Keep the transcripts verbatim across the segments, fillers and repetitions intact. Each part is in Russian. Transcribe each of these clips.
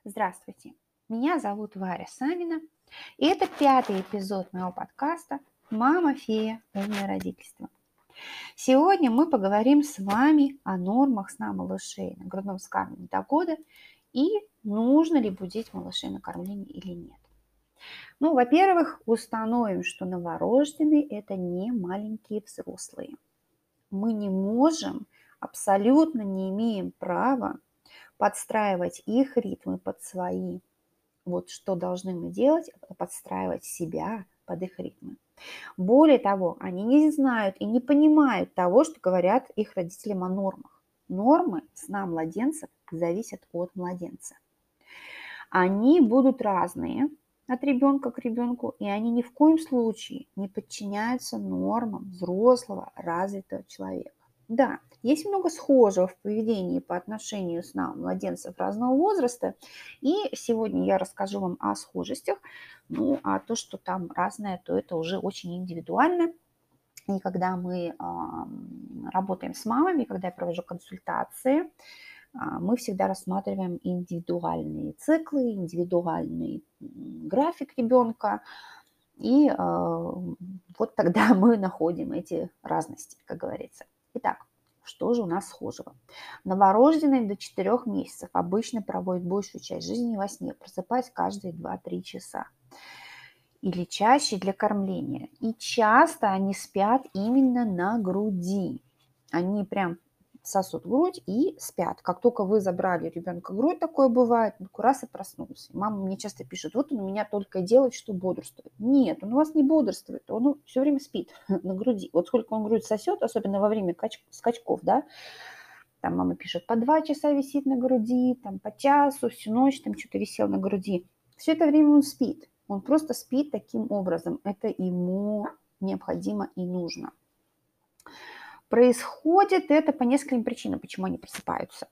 Здравствуйте, меня зовут Варя Санина, и это пятый эпизод моего подкаста «Мама-фея. Умное родительство». Сегодня мы поговорим с вами о нормах сна малышей на грудном вскармливании до года и нужно ли будить малышей на кормлении или нет. Ну, во-первых, установим, что новорожденные – это не маленькие взрослые. Мы не можем, абсолютно не имеем права подстраивать их ритмы под свои. Вот что должны мы делать, это подстраивать себя под их ритмы. Более того, они не знают и не понимают того, что говорят их родителям о нормах. Нормы сна младенцев зависят от младенца. Они будут разные от ребенка к ребенку, и они ни в коем случае не подчиняются нормам взрослого развитого человека. Да, есть много схожего в поведении по отношению сна младенцев разного возраста, и сегодня я расскажу вам о схожестях, ну а то, что там разное, то это уже очень индивидуально. И когда мы э, работаем с мамами, когда я провожу консультации, мы всегда рассматриваем индивидуальные циклы, индивидуальный график ребенка, и э, вот тогда мы находим эти разности, как говорится. Итак, что же у нас схожего? Новорожденные до четырёх месяцев обычно проводят большую часть жизни во сне, просыпаясь каждые два-три часа или чаще для кормления. И часто они спят именно на груди. Они прям сосут грудь и спят. Как только вы забрали ребенка грудь, такое бывает, ну, раз и проснулся. Мама мне часто пишет, вот он у меня только и делает, что бодрствует. Нет, он у вас не бодрствует, он все время спит на груди. Вот сколько он грудь сосет, особенно во время скачков, да, там мама пишет, по два часа висит на груди, там по часу, всю ночь там что-то висел на груди. Все это время он спит. Он просто спит таким образом. Это ему необходимо и нужно. Происходит это по нескольким причинам, почему они просыпаются.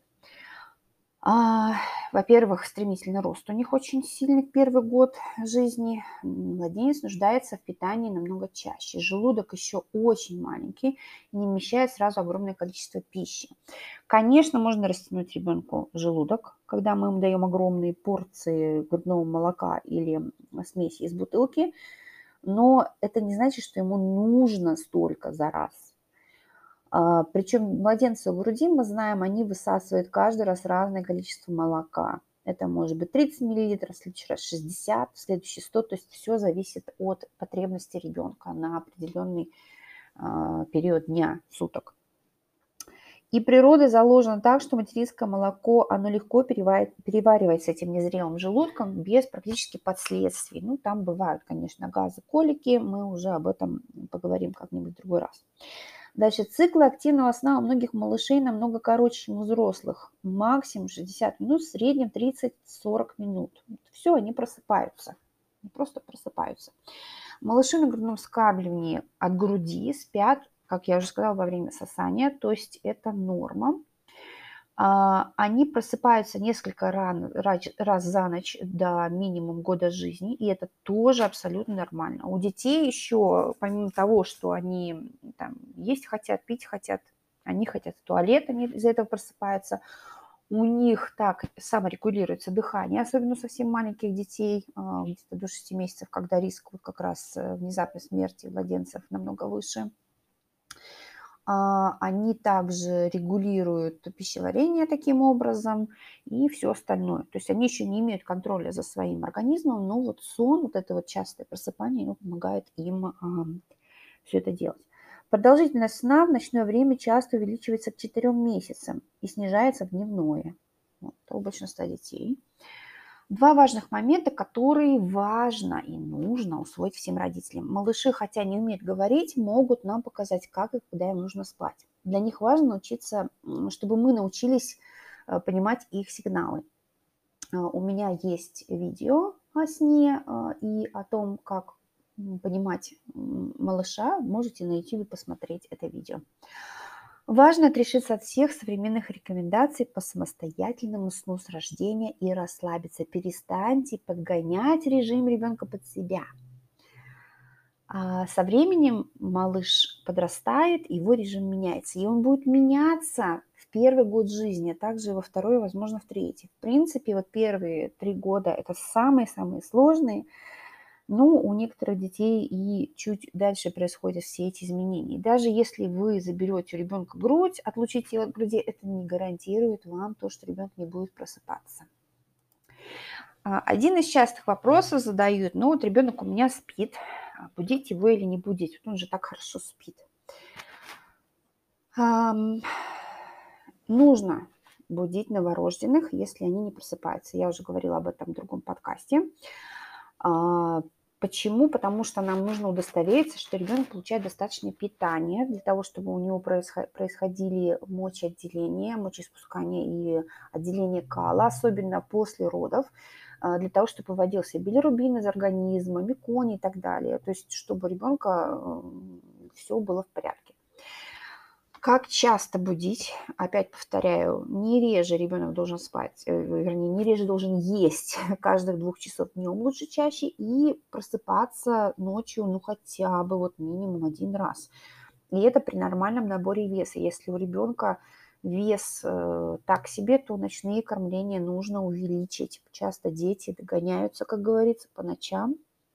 А, во-первых, стремительный рост у них очень сильный в первый год жизни. Младенец нуждается в питании намного чаще. Желудок еще очень маленький, не вмещает сразу огромное количество пищи. Конечно, можно растянуть ребенку желудок, когда мы ему даем огромные порции грудного молока или смеси из бутылки, но это не значит, что ему нужно столько за раз. А, причем младенцы в груди, мы знаем, они высасывают каждый раз разное количество молока. Это может быть тридцать миллилитров, в следующий раз шестьдесят, в следующий сто. То есть все зависит от потребности ребенка на определенный а, период дня, суток. И природой заложено так, что материнское молоко, оно легко переваривается этим незрелым желудком без практически последствий. Ну, там бывают, конечно, газы, колики, мы уже об этом поговорим как-нибудь в другой раз. Дальше, циклы активного сна у многих малышей намного короче, чем у взрослых. Максимум шестьдесят минут, в среднем тридцать-сорок минут. Все, они просыпаются. Они просто просыпаются. Малыши на грудном вскармливании от груди спят, как я уже сказала, во время сосания, то есть это норма. Они просыпаются несколько раз за ночь до минимум года жизни, и это тоже абсолютно нормально. У детей еще, помимо того, что они там, есть хотят, пить хотят, они хотят в туалет, они из-за этого просыпаются, у них так саморегулируется дыхание, особенно у совсем маленьких детей, где-то до шести месяцев, когда риск вот как раз внезапной смерти младенцев намного выше. Они также регулируют пищеварение таким образом и все остальное. То есть они еще не имеют контроля за своим организмом, но вот сон, вот это вот частое просыпание, оно помогает им все это делать. Продолжительность сна в ночное время часто увеличивается к четырем месяцам и снижается в дневное. Вот, это у большинства детей. Два важных момента, которые важно и нужно усвоить всем родителям. Малыши, хотя не умеют говорить, могут нам показать, как и когда им нужно спать. Для них важно научиться, чтобы мы научились понимать их сигналы. У меня есть видео о сне и о том, как понимать малыша. Можете на YouTube посмотреть это видео. Важно отрешиться от всех современных рекомендаций по самостоятельному сну с рождения и расслабиться. Перестаньте подгонять режим ребенка под себя. А со временем малыш подрастает, его режим меняется. И он будет меняться в первый год жизни, а также во второй, возможно, в третий. В принципе, вот первые три года – это самые-самые сложные, но у некоторых детей и чуть дальше происходят все эти изменения. И даже если вы заберете у ребенка грудь, отлучите его от груди, это не гарантирует вам то, что ребенок не будет просыпаться. Один из частых вопросов задают: ну вот ребенок у меня спит, будить его или не будить? Вот он же так хорошо спит. Ам, нужно будить новорожденных, если они не просыпаются. Я уже говорила об этом в другом подкасте. А, почему? Потому что нам нужно удостовериться, что ребенок получает достаточное питание для того, чтобы у него происходили мочеотделение, мочеиспускание и отделение кала, особенно после родов, для того, чтобы выводился билирубин из организма, меконий и так далее. То есть, чтобы у ребенка все было в порядке. Как часто будить? Опять повторяю, не реже ребенок должен спать, вернее, не реже должен есть каждых двух часов днем, лучше чаще, и просыпаться ночью, ну, хотя бы вот минимум один раз. И это при нормальном наборе веса. Если у ребенка вес э, так себе, то ночные кормления нужно увеличить. Часто дети догоняются, как говорится, по ночам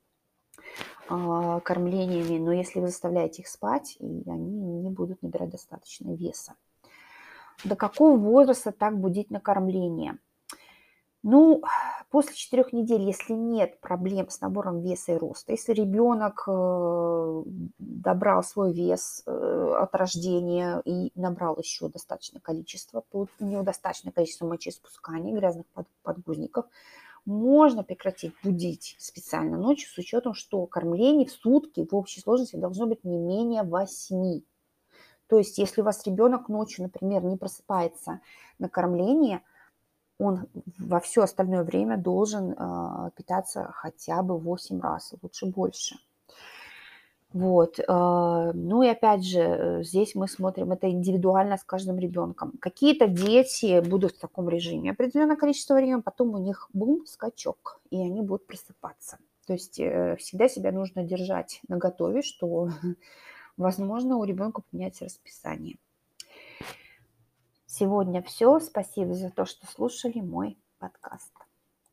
кормлениями, но если вы заставляете их спать, и они не будут набирать достаточно веса. До какого возраста так будить на кормление? Ну, после четырех недель, если нет проблем с набором веса и роста, если ребенок добрал свой вес от рождения и набрал еще достаточное количество, у него достаточное количество мочеиспусканий, грязных подгузников, можно прекратить будить специально ночью с учетом, что кормление в сутки в общей сложности должно быть не менее восьми. То есть, если у вас ребенок ночью, например, не просыпается на кормление, он во все остальное время должен э, питаться хотя бы восемь раз, лучше больше. Вот. Ну и опять же, здесь мы смотрим, это индивидуально с каждым ребенком. Какие-то дети будут в таком режиме определенное количество времени, потом у них бум, скачок, и они будут просыпаться. То есть всегда себя нужно держать наготове, что, возможно, у ребенка поменяется расписание. Сегодня все. Спасибо за то, что слушали мой подкаст.